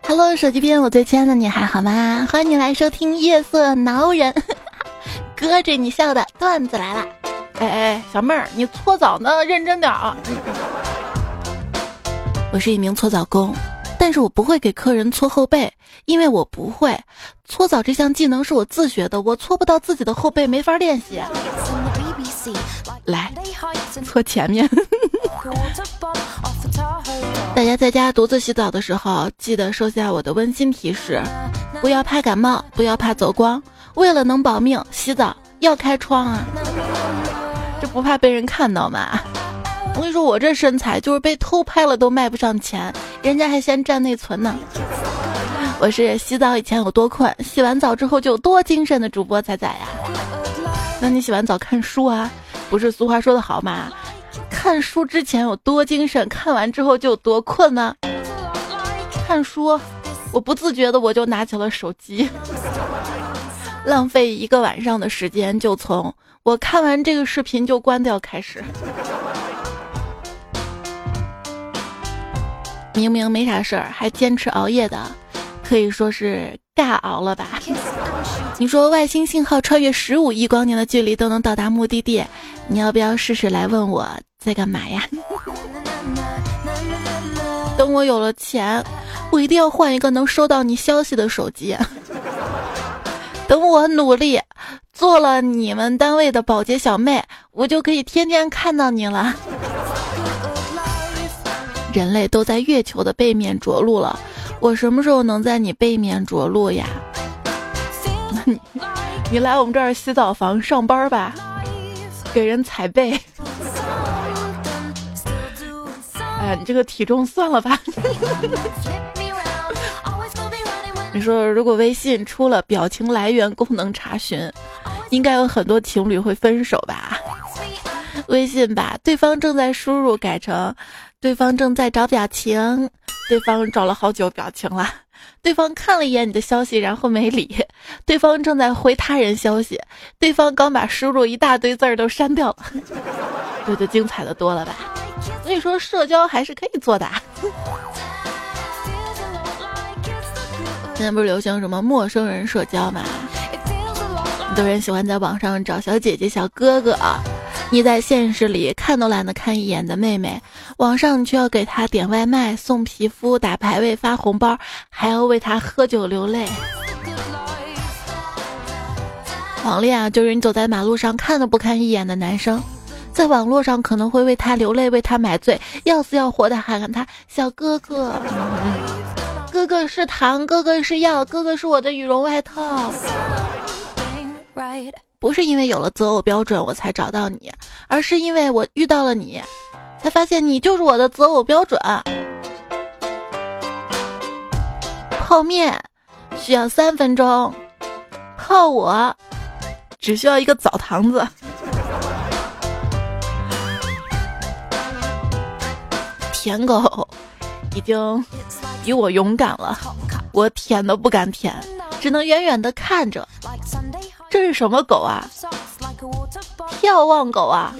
Hello， 手机边我最亲爱的你还好吗？欢迎你来收听夜色挠人，搁着你笑的段子来了。 哎，小妹儿，你搓澡呢，认真点啊！ 我是一名搓澡工，但是我不会给客人搓后背，因为我不会搓澡这项技能是我自学的，我搓不到自己的后背，没法练习。来，搓前面。大家在家独自洗澡的时候，记得收下我的温馨提示：不要怕感冒，不要怕走光，为了能保命，洗澡要开窗啊！这不怕被人看到吗？我跟你说，我这身材就是被偷拍了都卖不上钱，人家还嫌占内存呢。我是洗澡以前有多困，洗完澡之后就有多精神的主播仔仔呀。那你洗完澡看书啊？不是俗话说的好吗？看书之前有多精神，看完之后就有多困呢？看书，我不自觉的我就拿起了手机，浪费一个晚上的时间，就从我看完这个视频就关掉开始。明明没啥事儿，还坚持熬夜的，可以说是尬熬了吧。你说外星信号穿越15亿光年的距离都能到达目的地，你要不要试试来问我在干嘛呀？等我有了钱，我一定要换一个能收到你消息的手机。等我努力做了你们单位的保洁小妹，我就可以天天看到你了。人类都在月球的背面着陆了，我什么时候能在你背面着陆呀？你来我们这儿洗澡房上班吧，给人踩背。哎呀，你这个体重算了吧。你说如果微信出了表情来源功能查询，应该有很多情侣会分手吧？微信把对方正在输入改成对方正在找表情，对方找了好久表情了，对方看了一眼你的消息然后没理，对方正在回他人消息，对方刚把输入一大堆字儿都删掉了。这就精彩的多了吧？所以说社交还是可以做的。现在不是流行什么陌生人社交吗？很多人喜欢在网上找小姐姐小哥哥，你在现实里看都懒得看一眼的妹妹，网上你却要给她点外卖、送皮肤、打排位、发红包，还要为她喝酒流泪。网恋啊，就是你走在马路上看都不看一眼的男生，在网络上可能会为他流泪，为他买醉，要死要活的喊他小哥哥。哥哥是糖，哥哥是药，哥哥是我的羽绒外套。不是因为有了择偶标准我才找到你，而是因为我遇到了你，才发现你就是我的择偶标准。泡面需要3分钟，泡我只需要一个澡堂子。舔狗已经比我勇敢了，我舔都不敢舔，只能远远地看着。这是什么狗啊？眺望狗啊！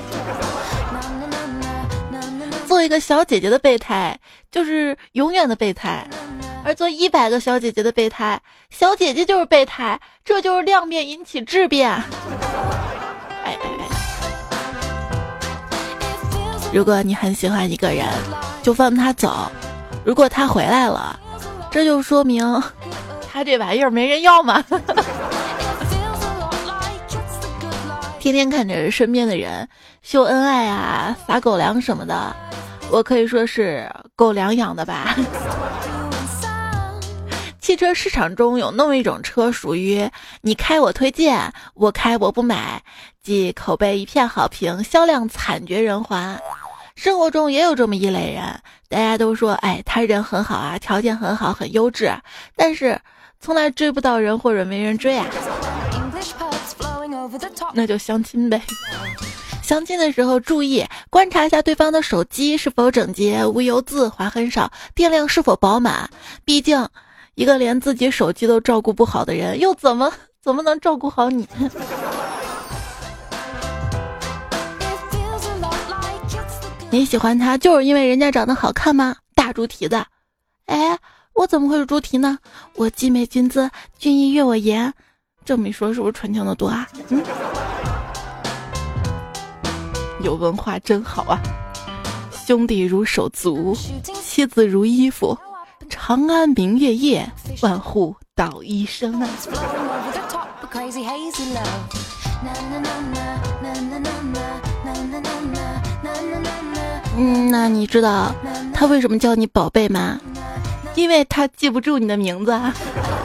做一个小姐姐的备胎就是永远的备胎，而做100个小姐姐的备胎，小姐姐就是备胎，这就是量变引起质变。如果你很喜欢一个人，就放他走，如果他回来了，这就说明他这玩意儿没人要嘛。天天看着身边的人秀恩爱啊，撒狗粮什么的，我可以说是狗粮养的吧。汽车市场中有那么一种车，属于你开我推荐，我开我不买，即口碑一片好评，销量惨绝人寰。生活中也有这么一类人，大家都说哎，他人很好啊，条件很好，很优质，但是从来追不到人或者没人追啊。那就相亲呗。相亲的时候注意观察一下对方的手机是否整洁，无油渍，划痕少，电量是否饱满。毕竟一个连自己手机都照顾不好的人，又怎么能照顾好你？你喜欢他就是因为人家长得好看吗？大猪蹄子，哎， 我怎么会是猪蹄呢？我既美君子，君亦悦我言。这么一说，是不是纯情的多啊？有文化真好啊！兄弟如手足，妻子如衣服，长安明月夜，万户捣衣声啊！那你知道他为什么叫你宝贝吗？因为他记不住你的名字啊！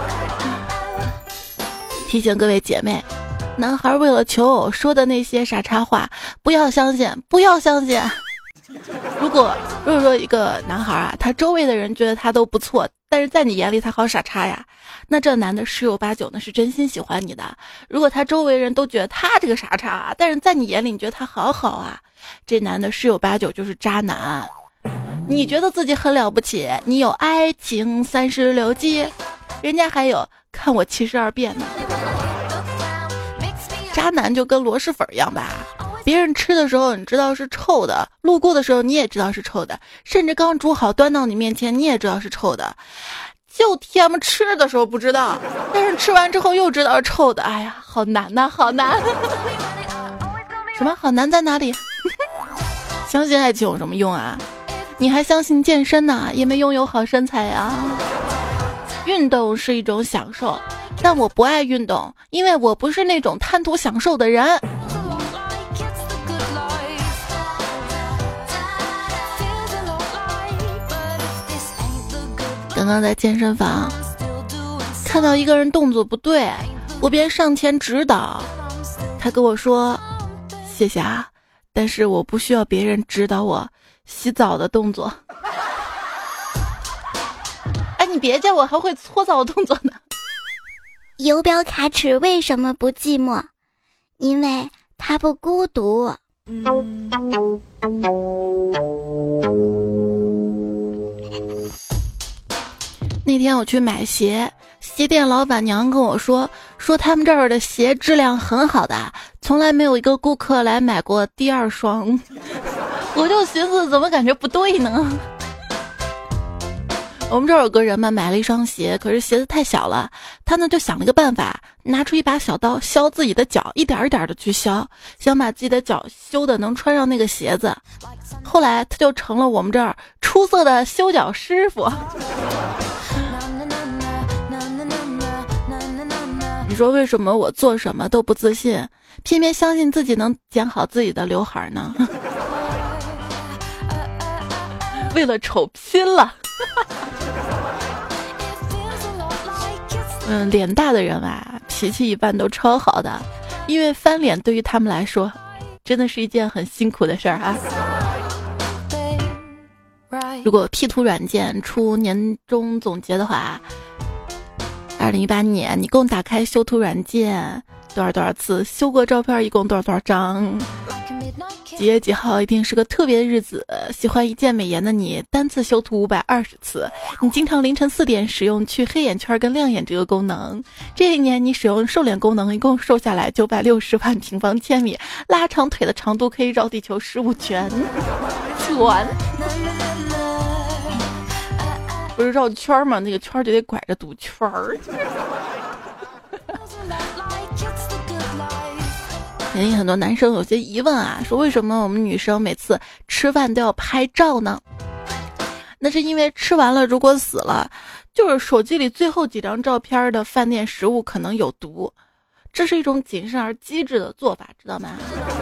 提醒各位姐妹，男孩为了求偶说的那些傻叉话，不要相信，不要相信。如果说一个男孩啊，他周围的人觉得他都不错，但是在你眼里他好傻叉呀，那这男的十有八九呢是真心喜欢你的。如果他周围人都觉得他这个傻叉啊，但是在你眼里你觉得他好好啊，这男的十有八九就是渣男。你觉得自己很了不起，你有爱情36计，人家还有看我72遍呢。渣男就跟螺蛳粉一样吧，别人吃的时候你知道是臭的，路过的时候你也知道是臭的，甚至刚煮好端到你面前你也知道是臭的，就TM吃的时候不知道，但是吃完之后又知道是臭的。哎呀，好难呐，好难。什么好难在哪里？相信爱情有什么用啊？你还相信健身呢，也没拥有好身材呀。运动是一种享受，但我不爱运动，因为我不是那种贪图享受的人。刚刚在健身房看到一个人动作不对，我便上前指导，他跟我说谢谢啊，但是我不需要别人指导我洗澡的动作。哎，你别介，我还会搓澡动作呢。 游标卡尺为什么不寂寞？因为它不孤独。 那天我去买鞋，鞋店老板娘跟我说他们这儿的鞋质量很好的，从来没有一个顾客来买过第二双。我就寻思怎么感觉不对呢？我们这儿有个人嘛，买了一双鞋，可是鞋子太小了，他呢就想了个办法，拿出一把小刀削自己的脚，一点一点的去削，想把自己的脚修的能穿上那个鞋子。后来他就成了我们这儿出色的修脚师傅。你说为什么我做什么都不自信，偏偏相信自己能剪好自己的刘海呢？为了丑拼了。脸大的人啊，脾气一般都超好的，因为翻脸对于他们来说真的是一件很辛苦的事儿啊。如果 P 图软件出年终总结的话，2018年你共打开修图软件多少次，修过照片一共多少张，几月几号一定是个特别的日子，喜欢一键美颜的你单次修图520次，你经常凌晨4点使用去黑眼圈跟亮眼这个功能，这一年你使用瘦脸功能一共瘦下来960万平方千米，拉长腿的长度可以绕地球15圈。不是绕圈吗？那个圈就得拐着堵圈儿。肯定很多男生有些疑问啊，说为什么我们女生每次吃饭都要拍照呢？那是因为吃完了如果死了，就是手机里最后几张照片的饭店食物可能有毒，这是一种谨慎而机智的做法，知道吗？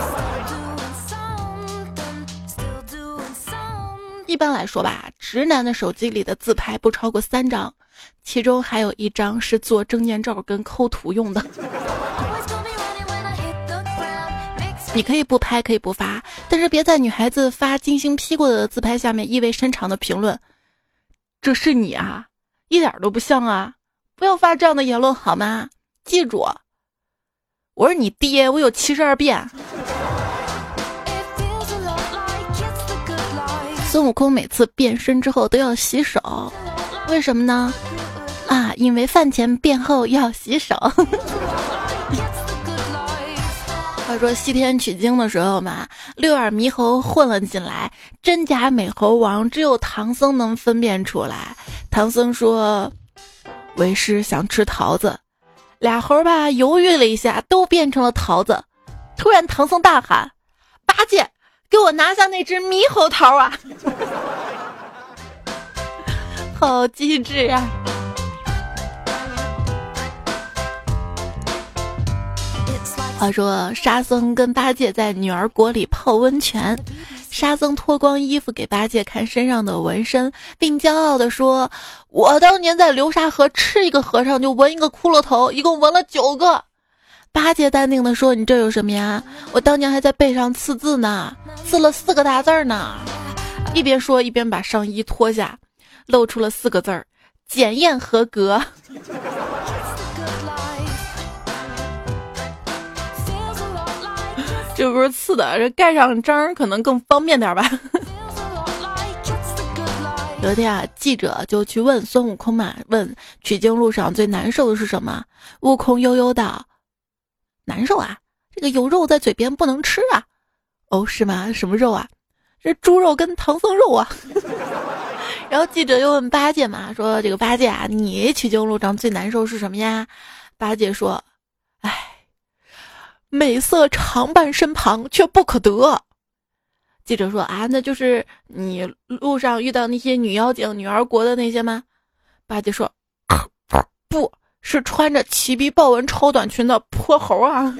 一般来说吧，直男的手机里的自拍不超过3张，其中还有1张是做证件照跟抠图用的。你可以不拍，可以不发，但是别在女孩子发精心 P 过的自拍下面意味深长的评论，这是你啊，一点都不像啊，不要发这样的言论好吗？记住，我是你爹，我有72变。孙悟空每次变身之后都要洗手，为什么呢？啊，因为饭前便后要洗手。好他说西天取经的时候嘛，六耳猕猴混了进来，真假美猴王只有唐僧能分辨出来。唐僧说，为师想吃桃子，俩猴吧犹豫了一下，都变成了桃子。突然唐僧大喊，八戒，给我拿下那只猕猴桃啊！好机智啊。话说沙僧跟八戒在女儿国里泡温泉，沙僧脱光衣服给八戒看身上的纹身，并骄傲地说，我当年在流沙河吃一个和尚就纹一个骷髅头，一共纹了9个。八戒淡定地说，你这有什么呀？我当年还在背上刺字呢，刺了4个大字呢。一边说一边把上衣脱下，露出了4个字儿，检验合格。这不是刺的，这盖上章可能更方便点吧。有一天啊，记者就去问孙悟空嘛，问取经路上最难受的是什么？悟空悠悠道，难受啊，这个有肉在嘴边不能吃啊。哦，是吗？什么肉啊？这猪肉跟唐僧肉啊。然后记者又问八戒嘛，说这个八戒啊，你取经路上最难受是什么呀？八戒说，美色常伴身旁，却不可得。记者说啊，那就是你路上遇到那些女妖精、女儿国的那些吗？八戒说，不是穿着齐鼻豹纹超短裙的泼猴啊。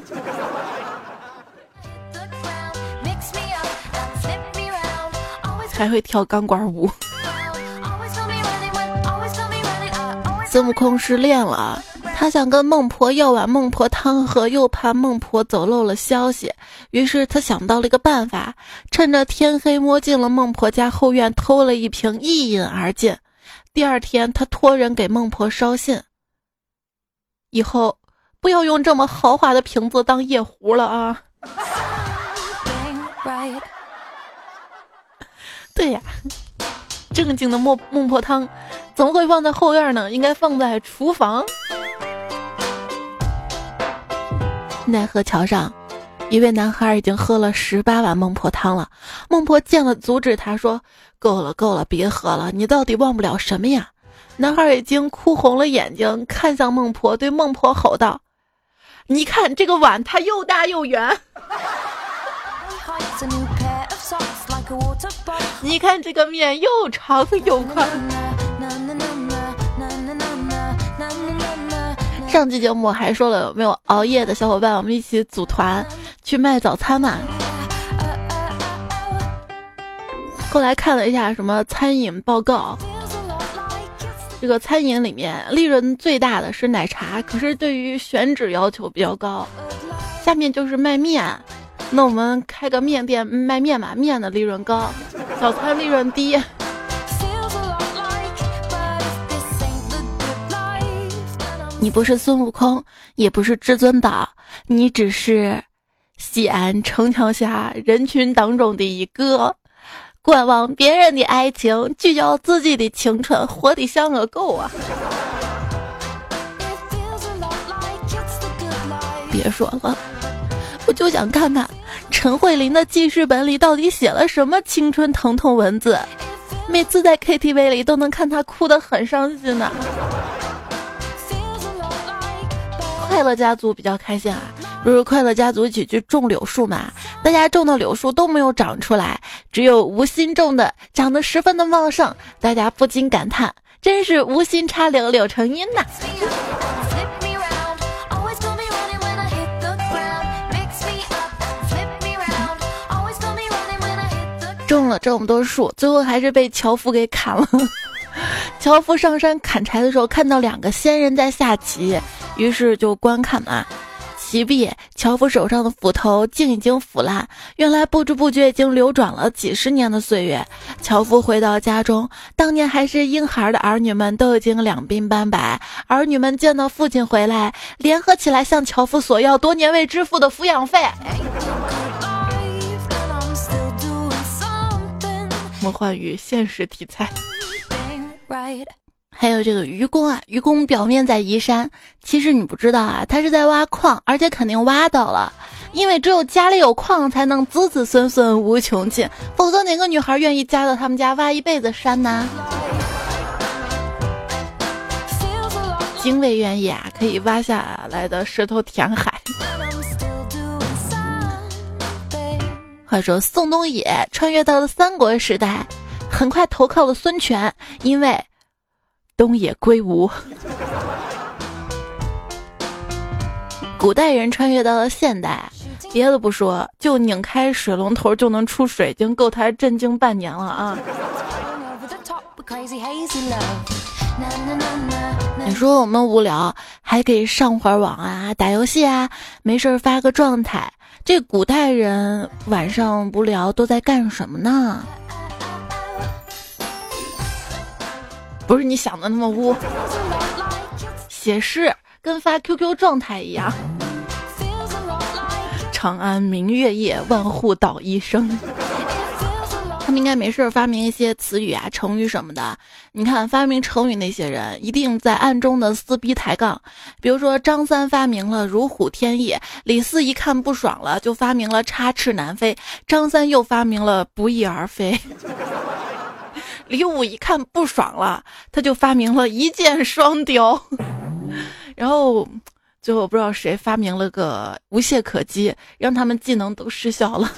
还会跳钢管舞。孙悟空失恋了，他想跟孟婆要碗孟婆汤喝，又怕孟婆走漏了消息，于是他想到了一个办法，趁着天黑摸进了孟婆家后院，偷了一瓶一饮而尽。第二天他托人给孟婆捎信，以后不要用这么豪华的瓶子当夜壶了啊。对呀，正经的孟婆汤怎么会放在后院呢？应该放在厨房。奈何桥上，一位男孩已经喝了18碗孟婆汤了。孟婆见了阻止他说，够了够了，别喝了，你到底忘不了什么呀？男孩已经哭红了眼睛，看向孟婆，对孟婆吼道，你看这个碗它又大又圆。你看这个面又长又宽。上期节目还说了，有没有熬夜的小伙伴，我们一起组团去卖早餐嘛。后来看了一下什么餐饮报告，这个餐饮里面利润最大的是奶茶，可是对于选址要求比较高。下面就是卖面，那我们开个面店卖面嘛，面的利润高，早餐利润低。你不是孙悟空，也不是至尊宝，你只是西安城墙下人群当中的一个，观望别人的爱情，聚焦自己的青春，活得像个狗啊。别说了，我就想看看陈慧琳的记事本里到底写了什么青春疼痛文字，每次在 KTV 里都能看她哭得很伤心呢。快乐家族比较开心啊，不是快乐家族一起去种柳树嘛，大家种的柳树都没有长出来，只有吴昕种的长得十分的茂盛，大家不禁感叹，真是无心插柳柳成荫呐。种了这么多树，最后还是被樵夫给砍了。樵夫上山砍柴的时候，看到2个仙人在下棋，于是就观看嘛。棋毕，樵夫手上的斧头竟已经腐烂，原来不知不觉已经流转了几十年的岁月。樵夫回到家中，当年还是婴孩的儿女们都已经两鬓斑白，儿女们见到父亲回来，联合起来向樵夫索要多年未支付的抚养费。魔幻与现实题材。还有这个愚公啊，愚公表面在移山，其实你不知道啊，他是在挖矿，而且肯定挖到了。 因为只有家里有矿才能子子孙孙无穷尽，否则哪个女孩愿意嫁到他们家挖一辈子山呢？精卫愿意啊，可以挖下来的石头填海。话说宋冬野穿越到了三国时代，很快投靠了孙权，因为东野圭吾。古代人穿越到了现代，别的不说，就拧开水龙头就能出水，已经够他震惊半年了啊！你说我们无聊，还可以上会儿网啊，打游戏啊，没事发个状态。这古代人晚上无聊都在干什么呢？不是你想的那么污，写诗跟发 QQ 状态一样。长安明月夜，万户捣衣声。他们应该没事发明一些词语啊、成语什么的。你看，发明成语那些人一定在暗中的撕逼抬杠。比如说，张三发明了如虎添翼，李四一看不爽了，就发明了插翅难飞，张三又发明了不翼而飞。李五一看不爽了，他就发明了一箭双雕。然后最后不知道谁发明了个无懈可击，让他们技能都失效了。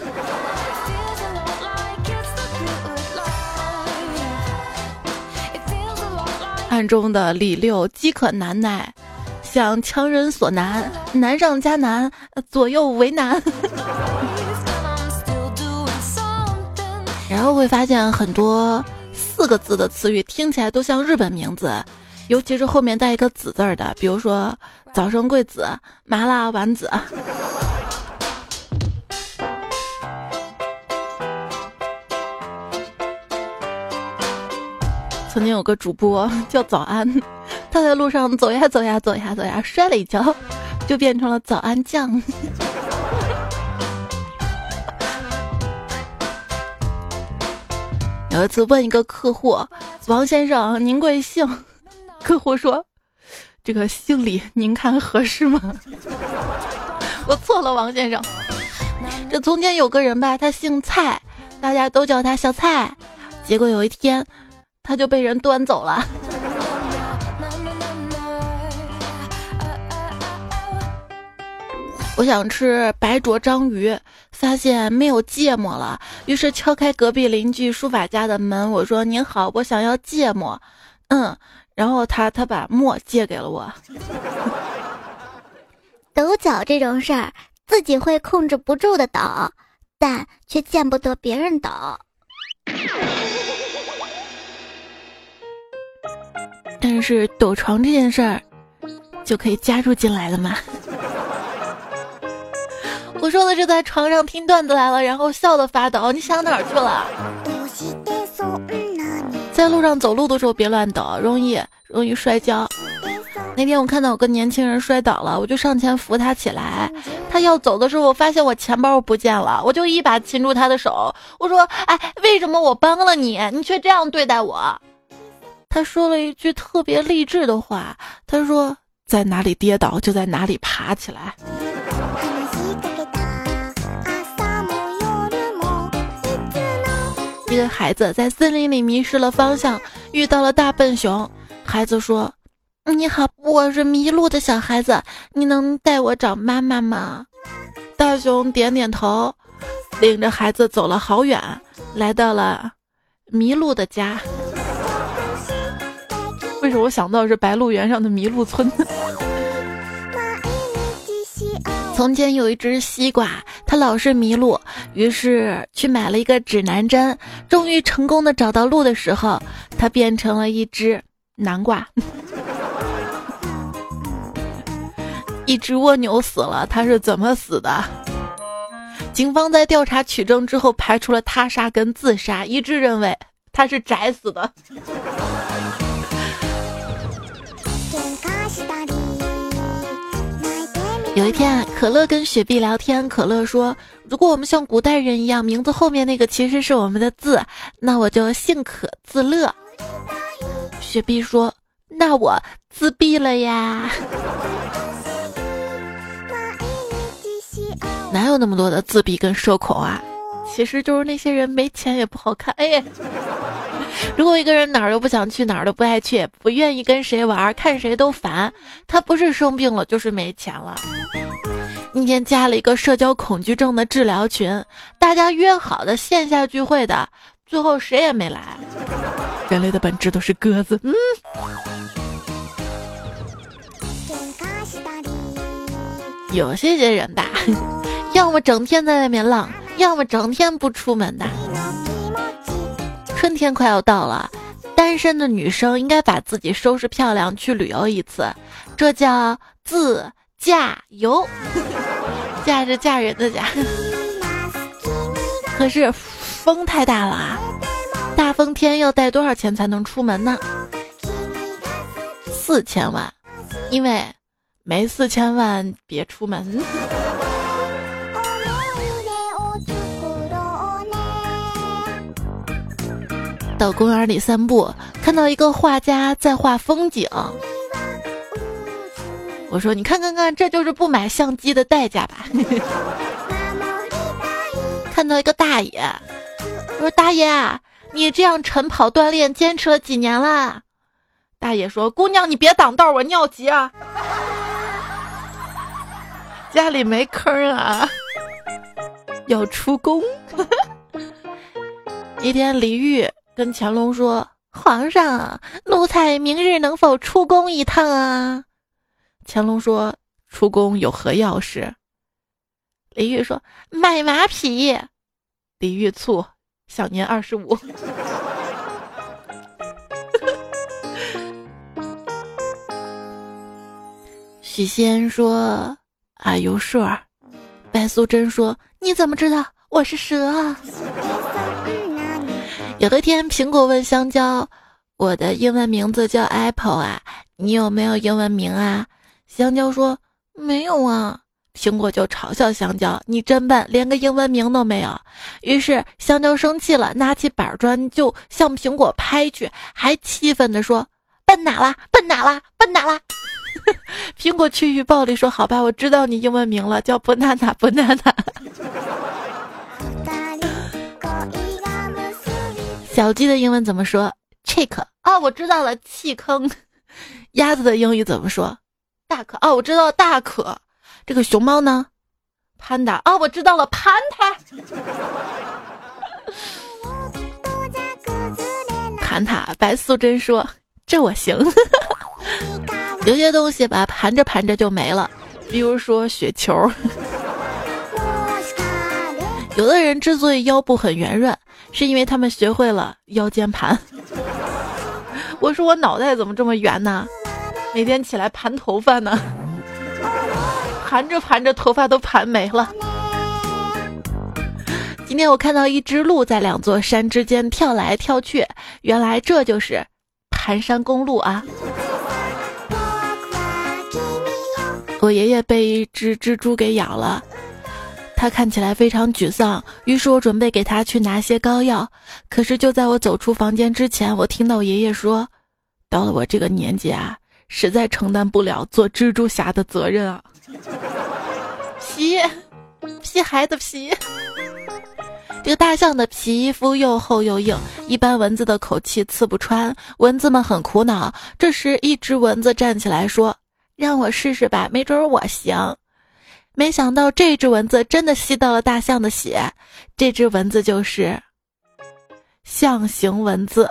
暗中的李六饥渴难耐，想强人所难，难上加难，左右为难。然后会发现很多4个字的词语听起来都像日本名字，尤其是后面带一个子字的，比如说早生贵子、麻辣丸子。曾经有个主播叫早安，他在路上走呀走呀走呀走呀，摔了一跤，就变成了早安酱。有一次问一个客户，王先生您贵姓？客户说，这个姓李您看合适吗？我错了，王先生。这从前有个人吧，他姓蔡，大家都叫他小蔡，结果有一天他就被人端走了。我想吃白灼章鱼，发现没有芥末了，于是敲开隔壁邻居书法家的门，我说您好，我想要芥末。然后他把墨借给了我。 抖脚这种事儿，自己会控制不住的抖，但却见不得别人抖。 但是抖床这件事儿就可以加入进来了吗？我说的是在床上听段子来了，然后笑得发抖，你想哪儿去了？在路上走路的时候别乱抖，容易摔跤。那天我看到有个年轻人摔倒了，我就上前扶他起来。他要走的时候，我发现我钱包不见了，我就一把擒住他的手，我说：“哎，为什么我帮了你，你却这样对待我？”他说了一句特别励志的话，他说：“在哪里跌倒，就在哪里爬起来。”一个孩子在森林里迷失了方向，遇到了大笨熊。孩子说：“你好，我是迷路的小孩子，你能带我找妈妈吗？”大熊点点头，领着孩子走了好远，来到了麋鹿的家。为什么我想到的是白鹿原上的麋鹿村？从前有一只西瓜，它老是迷路，于是去买了一个指南针。终于成功的找到路的时候，它变成了一只南瓜。一只蜗牛死了，它是怎么死的？警方在调查取证之后，排除了他杀跟自杀，一致认为它是宅死的。有一天，可乐跟雪碧聊天，可乐说：“如果我们像古代人一样，名字后面那个其实是我们的字，那我就姓可自乐。”雪碧说：“那我自闭了呀。” 哪有那么多的自闭跟社恐啊？其实就是那些人没钱也不好看。哎，如果一个人哪儿都不想去，哪儿都不爱去，也不愿意跟谁玩，看谁都烦，他不是生病了就是没钱了。那天加了一个社交恐惧症的治疗群，大家约好的线下聚会的，最后谁也没来。人类的本质都是鸽子。有些人吧，要么整天在外面浪，要么整天不出门的。春天快要到了，单身的女生应该把自己收拾漂亮去旅游一次，这叫自驾游。驾是嫁人的驾。可是风太大了啊，大风天要带多少钱才能出门呢？4000万，因为没4000万别出门。到公园里散步，看到一个画家在画风景，我说你看看看，这就是不买相机的代价吧。看到一个大爷，我说大爷，你这样晨跑锻炼坚持了几年啦？大爷说，姑娘你别挡道，我尿急啊。家里没坑啊，要出宫。一天李煜跟乾隆说，皇上，奴才明日能否出宫一趟啊？乾隆说，出宫有何要事？李煜说，买马匹。李煜卒，享年25。许仙说，Are you sure？ 白素贞说，你怎么知道我是蛇啊？有一天苹果问香蕉，我的英文名字叫 Apple 啊，你有没有英文名啊？香蕉说，没有啊。苹果就嘲笑香蕉，你真笨，连个英文名都没有。于是香蕉生气了，拿起板砖就向苹果拍去，还气愤地说，笨哪啦，笨哪啦，笨哪啦。苹果趋于暴力说，好吧，我知道你英文名了，叫 banana。 小鸡的英文怎么说？ chick 啊，我知道了，弃坑。鸭子的英语怎么说？大可啊，我知道大可。这个熊猫呢？潘达啊，我知道了，潘塔。盘塔，白素贞说，这我行。有些东西吧，盘着盘着就没了，比如说雪球。有的人之所以腰部很圆润，是因为他们学会了腰间盘。我说我脑袋怎么这么圆呢？每天起来盘头发呢，盘着盘着头发都盘没了。今天我看到一只鹿在2座山之间跳来跳去，原来这就是盘山公路啊。我爷爷被一只蜘蛛给咬了，他看起来非常沮丧，于是我准备给他去拿些膏药。可是就在我走出房间之前，我听到我爷爷说，到了我这个年纪啊，实在承担不了做蜘蛛侠的责任啊。皮孩子皮。这个大象的皮肤又厚又硬，一般蚊子的口气刺不穿，蚊子们很苦恼。这时一只蚊子站起来说，让我试试吧，没准我行。没想到这只蚊子真的吸到了大象的血，这只蚊子就是象形蚊子。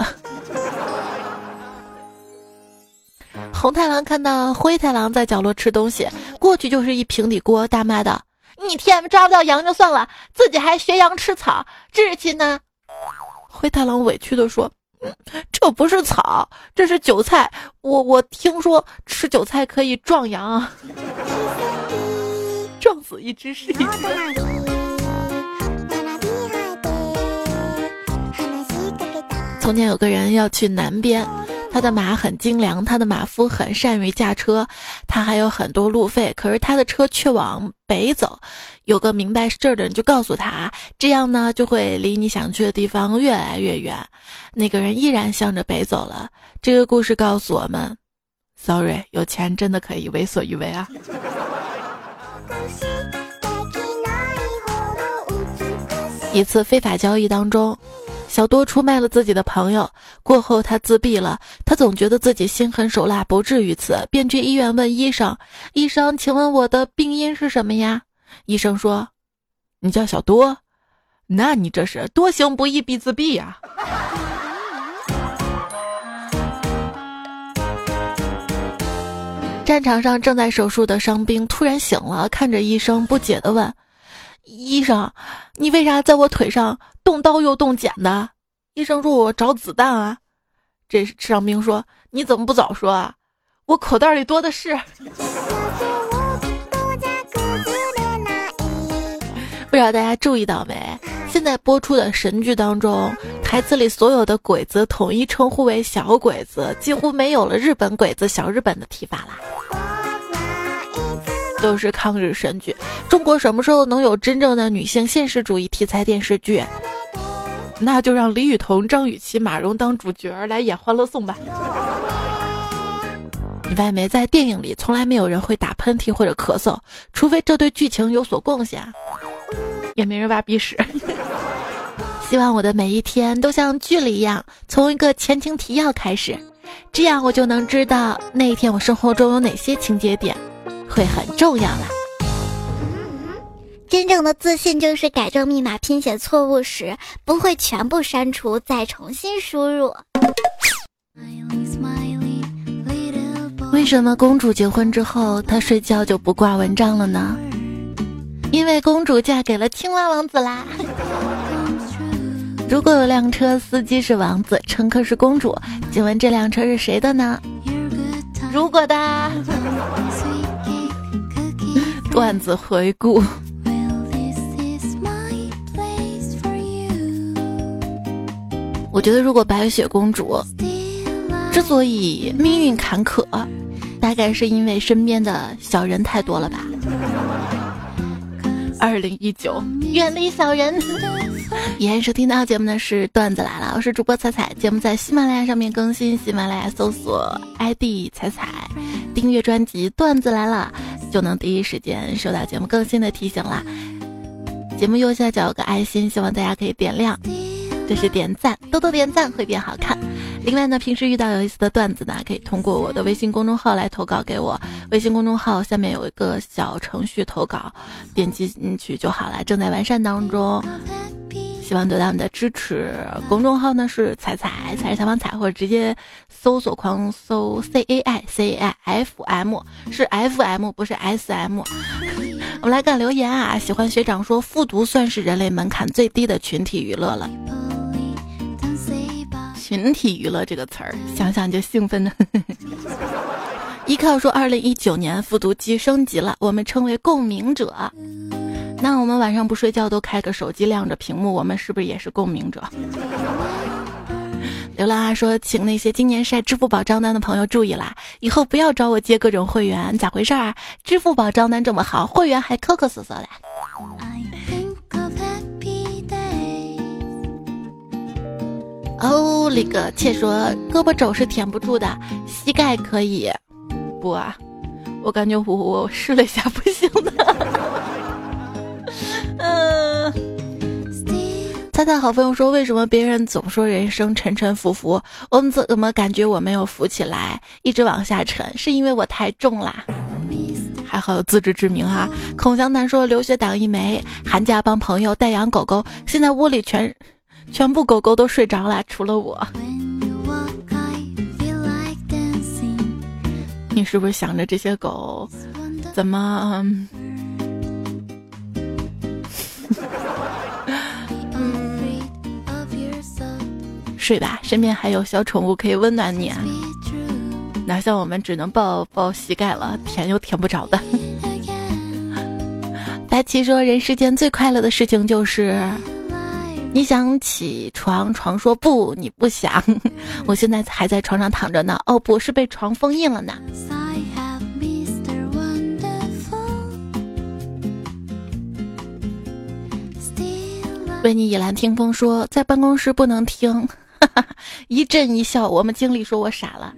红太狼看到灰太狼在角落吃东西，过去就是一平底锅，大骂道，你天抓不到羊就算了，自己还学羊吃草，志气呢？灰太狼委屈地说，这不是草，这是韭菜，我听说吃韭菜可以壮阳啊。撞死一只是一只。从前有个人要去南边，他的马很精良，他的马夫很善于驾车，他还有很多路费，可是他的车却往北走。有个明白事儿的人就告诉他，这样呢就会离你想去的地方越来越远。那个人依然向着北走了。这个故事告诉我们 ，sorry， 有钱真的可以为所欲为啊。 一次非法交易当中，小多出卖了自己的朋友，过后他自闭了，他总觉得自己心狠手辣，不至于此，便去医院问医生，医生请问我的病因是什么呀？医生说，你叫小多，那你这是多行不义必自毙呀。战场上正在手术的伤兵突然醒了，看着医生不解地问，医生，你为啥在我腿上动刀又动剪的？医生说，我找子弹啊。这伤兵说，你怎么不早说啊？我口袋里多的是。不知道大家注意到没，现在播出的神剧当中，台词里所有的鬼子统一称呼为小鬼子，几乎没有了日本鬼子小日本的提法啦。都是抗日神剧，中国什么时候能有真正的女性现实主义题材电视剧？那就让李雨桐、张雨绮、马蓉当主角来演《欢乐颂》吧。你发现没，在电影里从来没有人会打喷嚏或者咳嗽，除非这对剧情有所贡献，也没人挖鼻屎。希望我的每一天都像剧里一样，从一个前情提要开始，这样我就能知道那一天我生活中有哪些情节点会很重要啦。 真正的自信就是改正密码拼写错误时不会全部删除再重新输入。 为什么公主结婚之后她睡觉就不挂蚊帐了呢？因为公主嫁给了青蛙王子啦。如果有辆车司机是王子，乘客是公主，请问这辆车是谁的呢？如果的段子回顾。我觉得如果白雪公主之所以命运坎坷，大概是因为身边的小人太多了吧。2019远离小人。依然收听到节目的是段子来了，我是主播彩彩，节目在喜马拉雅上面更新，喜马拉雅搜索 ID 彩彩，订阅专辑段子来了，就能第一时间收到节目更新的提醒啦。节目右下角有个爱心，希望大家可以点亮，这是点赞，多多点赞会变好看。另外呢，平时遇到有意思的段子呢，可以通过我的微信公众号来投稿给我，微信公众号下面有一个小程序投稿，点击进去就好了，正在完善当中，希望得到你的支持。公众号呢是彩彩采访彩，或者直接搜索框搜 CAIFM， 是 FM 不是 SM。 我们来看留言啊，喜欢学长说复读算是人类门槛最低的群体娱乐了。群体娱乐这个词儿，想想就兴奋呢。依靠说2019年复读机升级了，我们称为共鸣者。那我们晚上不睡觉都开个手机亮着屏幕，我们是不是也是共鸣者？流浪啊说，请那些今年晒支付宝账单的朋友注意啦，以后不要找我接各种会员，咋回事啊？支付宝账单这么好，会员还抠抠搜搜嘞。哦，那个切说胳膊肘是舔不住的，膝盖可以。不啊，我感觉我试了一下不行的。猜猜好朋友说，为什么别人总说人生沉沉浮浮，我们怎么感觉我没有浮起来，一直往下沉？是因为我太重啦。还好有自知之明啊。孔祥南说，留学党一枚，寒假帮朋友代养狗狗，现在屋里全部狗狗都睡着了，除了我。你是不是想着这些狗怎么睡吧，身边还有小宠物可以温暖你啊，哪像我们只能抱膝盖了，舔又舔不着的。白琪说，人世间最快乐的事情就是你想起床，床说不，你不想。我现在还在床上躺着呢，哦不是被床封印了呢。为你倚栏听风说，在办公室不能听，一震一笑。我们经理说我傻了。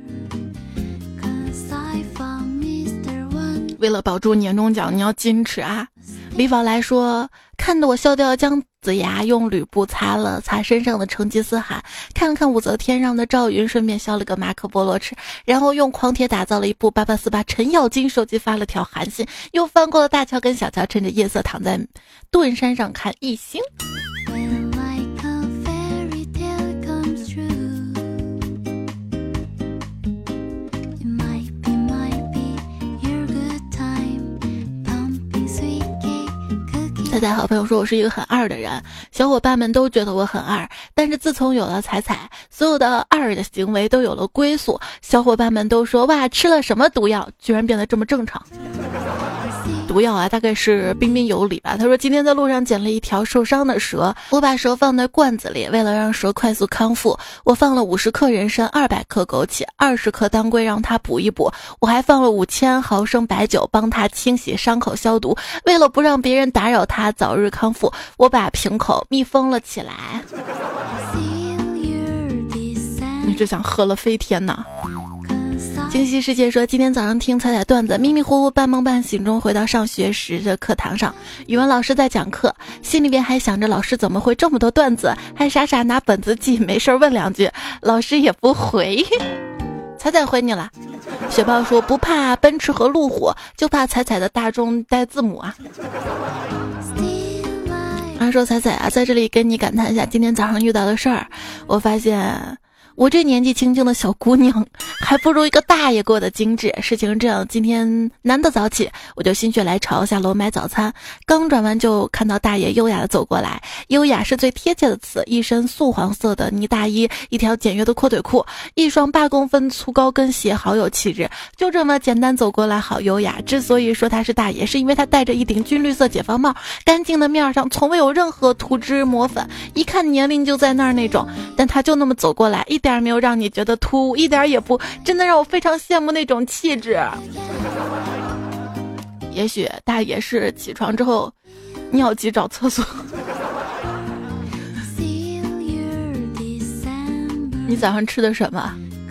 为了保住年终奖，你要矜持啊。李宝来说，看得我笑掉子牙用吕布擦了擦身上的成吉思汗，看了看武则天上的赵云，顺便削了个马可波罗吃，然后用狂铁打造了一部8848，程咬金手机发了条韩信，又翻过了大桥跟小桥，趁着夜色躺在盾山上看异星。彩彩好朋友说我是一个很二的人，小伙伴们都觉得我很二，但是自从有了彩彩，所有的二的行为都有了归宿。小伙伴们都说哇，吃了什么毒药，居然变得这么正常。毒药啊，大概是彬彬有礼吧。他说今天在路上捡了一条受伤的蛇，我把蛇放在罐子里，为了让蛇快速康复，我放了50克人参、200克枸杞、20克当归，让它补一补。我还放了5000毫升白酒，帮他清洗伤口消毒。为了不让别人打扰他早日康复，我把瓶口密封了起来。你只想喝了飞天呐。惊喜世界说今天早上听彩彩段子，迷迷糊糊半梦半醒中回到上学时的课堂上，语文老师在讲课，心里边还想着老师怎么会这么多段子，还傻傻拿本子记，没事问2句，老师也不回。彩彩回你了。雪豹说不怕奔驰和路虎，就怕彩彩的大众带字母啊。他说彩彩啊，在这里跟你感叹一下今天早上遇到的事儿，我发现我这年纪轻轻的小姑娘还不如一个大爷过得精致。事情是这样，今天难得早起，我就心血来潮下楼买早餐，刚转弯就看到大爷优雅的走过来，优雅是最贴切的词，一身素黄色的呢大衣，一条简约的阔腿裤，一双8公分粗高跟鞋，好有气质。就这么简单走过来，好优雅。之所以说他是大爷，是因为他戴着一顶军绿色解放帽，干净的面上从未有任何涂脂抹粉，一看年龄就在那儿那种，但他就那么走过来，一点没有让你觉得突兀，一点也不，真的让我非常羡慕那种气质。也许大爷是起床之后尿急找厕所。你早上吃的什么？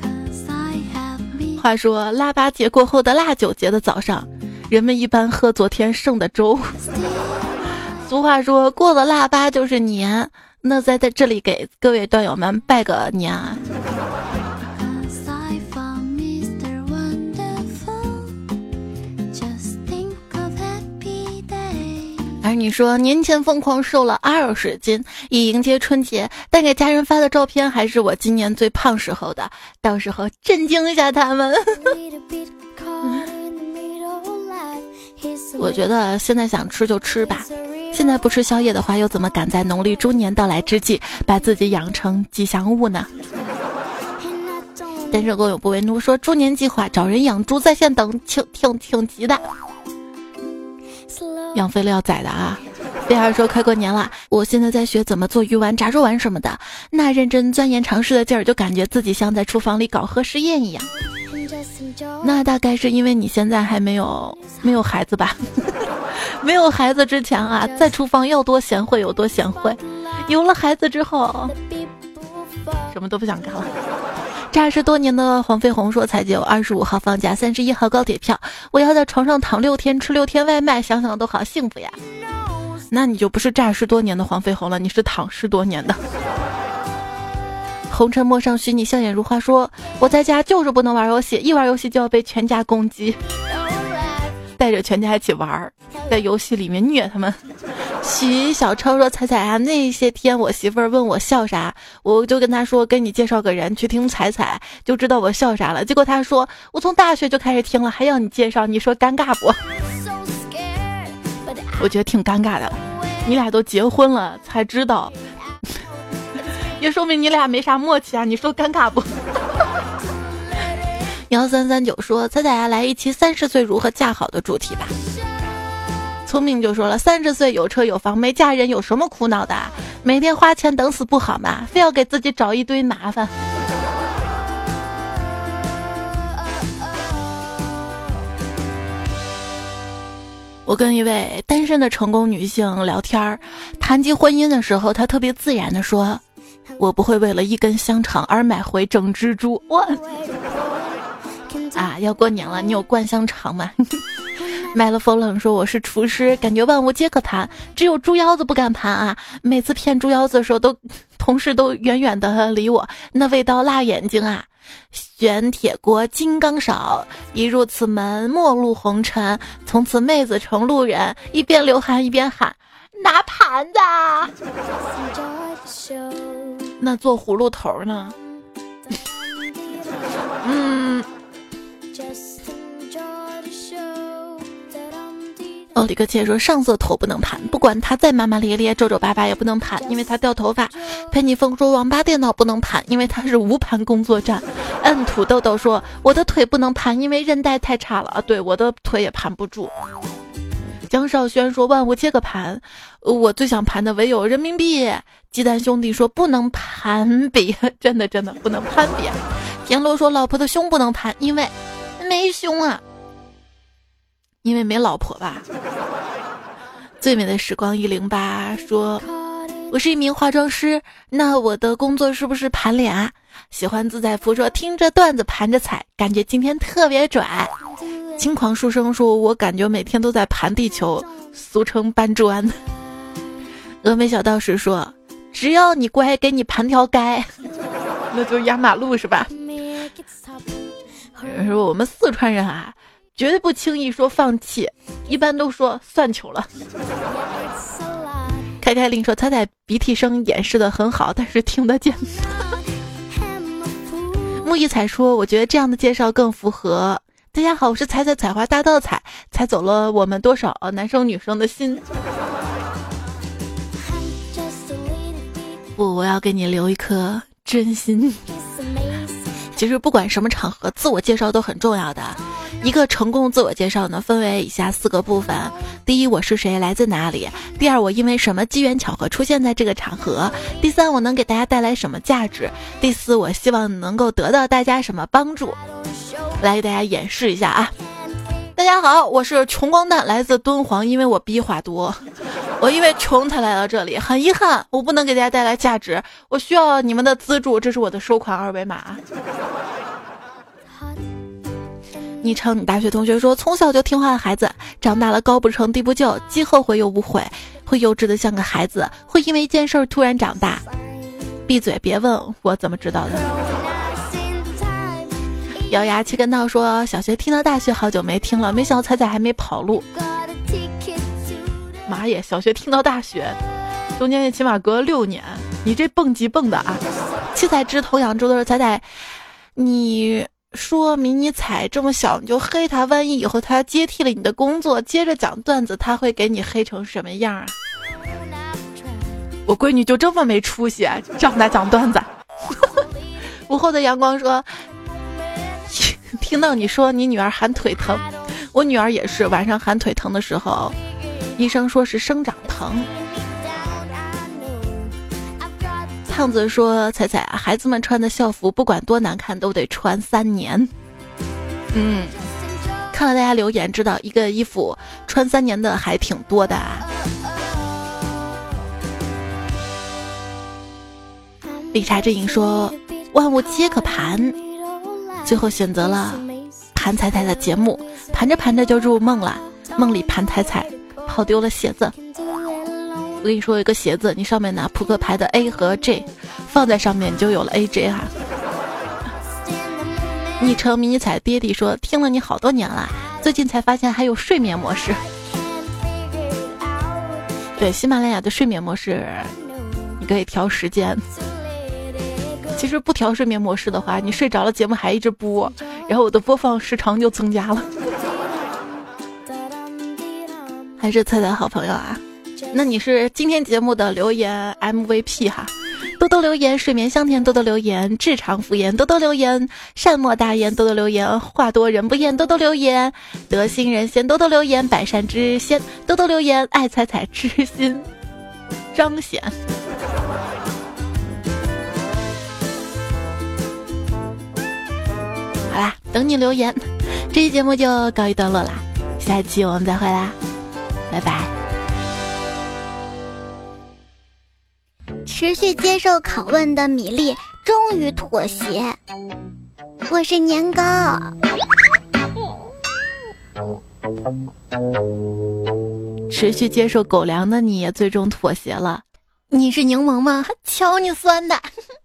话说腊八节过后的腊九节的早上，人们一般喝昨天剩的粥。俗话说过了腊八就是年，那在这里给各位段友们拜个年啊。而你说年前疯狂瘦了20斤，以迎接春节，但给家人发的照片还是我今年最胖时候的，到时候震惊一下他们。我觉得现在想吃就吃吧，现在不吃宵夜的话，又怎么敢在农历猪年到来之际把自己养成吉祥物呢？单身狗永不为奴说猪年计划找人养猪在线等，挺急的。养肥了要宰的啊！贝尔说快过年了，我现在在学怎么做鱼丸、炸肉丸什么的，那认真钻研尝试的劲儿，就感觉自己像在厨房里搞核实验一样。那大概是因为你现在还没有孩子吧？没有孩子之前啊，在厨房要多贤惠有多贤惠，有了孩子之后，什么都不想干了。诈尸多年的黄飞鸿说：“彩姐，我25号放假，31号高铁票，我要在床上躺6天，吃6天外卖，想想都好幸福呀。”那你就不是诈尸多年的黄飞鸿了，你是躺尸多年的。红尘陌上，许你笑眼如花说：“我在家就是不能玩游戏，一玩游戏就要被全家攻击，带着全家一起玩，在游戏里面虐他们。”许小超说：“彩彩啊，那些天我媳妇儿问我笑啥，我就跟她说给你介绍个人去听彩彩，就知道我笑啥了。结果她说我从大学就开始听了，还要你介绍，你说尴尬不？”我觉得挺尴尬的，你俩都结婚了才知道，也说明你俩没啥默契啊，你说尴尬不？1339说：“彩彩啊，来一期30岁如何嫁好的主题吧。”聪明就说了，30岁有车有房没嫁人有什么苦恼的？每天花钱等死不好吗？非要给自己找一堆麻烦。我跟一位单身的成功女性聊天，谈及婚姻的时候，她特别自然地说：“我不会为了一根香肠而买回整只猪。”我啊，要过年了，你有灌香肠吗？ 买了佛冷说我是厨师，感觉万物皆可盘，只有猪腰子不敢盘啊！每次骗猪腰子的时候，同事都远远的离我，那味道辣眼睛啊！玄铁锅金刚勺，一入此门莫入红尘。从此妹子成路人，一边流汗一边喊拿盘子。那做葫芦头呢？李克切说上色头不能盘，不管他再骂骂咧咧皱皱巴巴也不能盘，因为他掉头发。佩妮风说网吧电脑不能盘，因为他是无盘工作站。土豆豆说我的腿不能盘，因为韧带太差了。对，我的腿也盘不住。江少轩说万物皆可盘，我最想盘的唯有人民币。鸡蛋兄弟说不能盘比，真的不能攀比。田螺说老婆的胸不能盘，因为没胸啊，因为没老婆吧。最美的时光108说我是一名化妆师，那我的工作是不是盘脸啊？喜欢自在福说听着段子盘着彩，感觉今天特别拽。轻狂书生说我感觉每天都在盘地球，俗称搬砖。峨眉小道士说只要你乖给你盘条街。那就压马路是吧？说我们四川人啊绝对不轻易说放弃，一般都说算球了。开开令说彩彩鼻涕声演示的很好，但是听得见。木一彩说我觉得这样的介绍更符合。大家好，我是彩彩采花大盗彩，踩走了我们多少男生女生的心。不，我要给你留一颗真心。其实不管什么场合，自我介绍都很重要的。一个成功自我介绍呢，分为以下4个部分。第一，我是谁，来自哪里；第二，我因为什么机缘巧合出现在这个场合；第三，我能给大家带来什么价值；第四，我希望能够得到大家什么帮助。来给大家演示一下啊！大家好，我是穷光蛋，来自敦煌，因为我逼话多，我因为穷才来到这里，很遗憾我不能给大家带来价值，我需要你们的资助，这是我的收款二维码。昵称你大学同学说从小就听话的孩子，长大了高不成低不就，既后悔又无悔，会幼稚的像个孩子，会因为一件事突然长大。闭嘴，别问我怎么知道的。咬牙切根道说小学听到大学好久没听了，没想到彩彩还没跑路。妈耶，小学听到大学中间也起码隔了6年，你这蹦极蹦的啊！七彩之头养猪的是彩彩，你说迷你彩这么小你就黑他，万一以后他接替了你的工作，接着讲段子，他会给你黑成什么样啊？我闺女就这么没出息，让他讲段子。午后的阳光说听到你说你女儿喊腿疼，我女儿也是晚上喊腿疼的时候，医生说是生长疼。胖子说彩彩啊，孩子们穿的校服不管多难看都得穿3年。看了大家留言知道一个衣服穿3年的还挺多的啊。理查之影说万物皆可盘，最后选择了盘彩彩的节目，盘着盘着就入梦了，梦里盘彩彩跑丢了鞋子。我跟你说，一个鞋子你上面拿扑克牌的 A 和 J 放在上面，你就有了 AJ 哈。昵称迷你彩爹地说听了你好多年了，最近才发现还有睡眠模式。对，喜马拉雅的睡眠模式你可以调时间，其实不调睡眠模式的话，你睡着了节目还一直播，然后我的播放时长就增加了。还是彩彩好朋友啊，那你是今天节目的留言 MVP 哈。多多留言，睡眠香甜；多多留言，智肠敷衍；多多留言，善莫大焉；多多留言，话多人不厌；多多留言，得心人先；多多留言，百善之先；多多留言，爱彩彩之心彰显。好啦，等你留言。这期节目就告一段落啦，下一期我们再会啦，拜拜。 持续接受拷问的米粒终于妥协，我是年糕。 持续接受狗粮的你也最终妥协了。你是柠檬吗？瞧你酸的。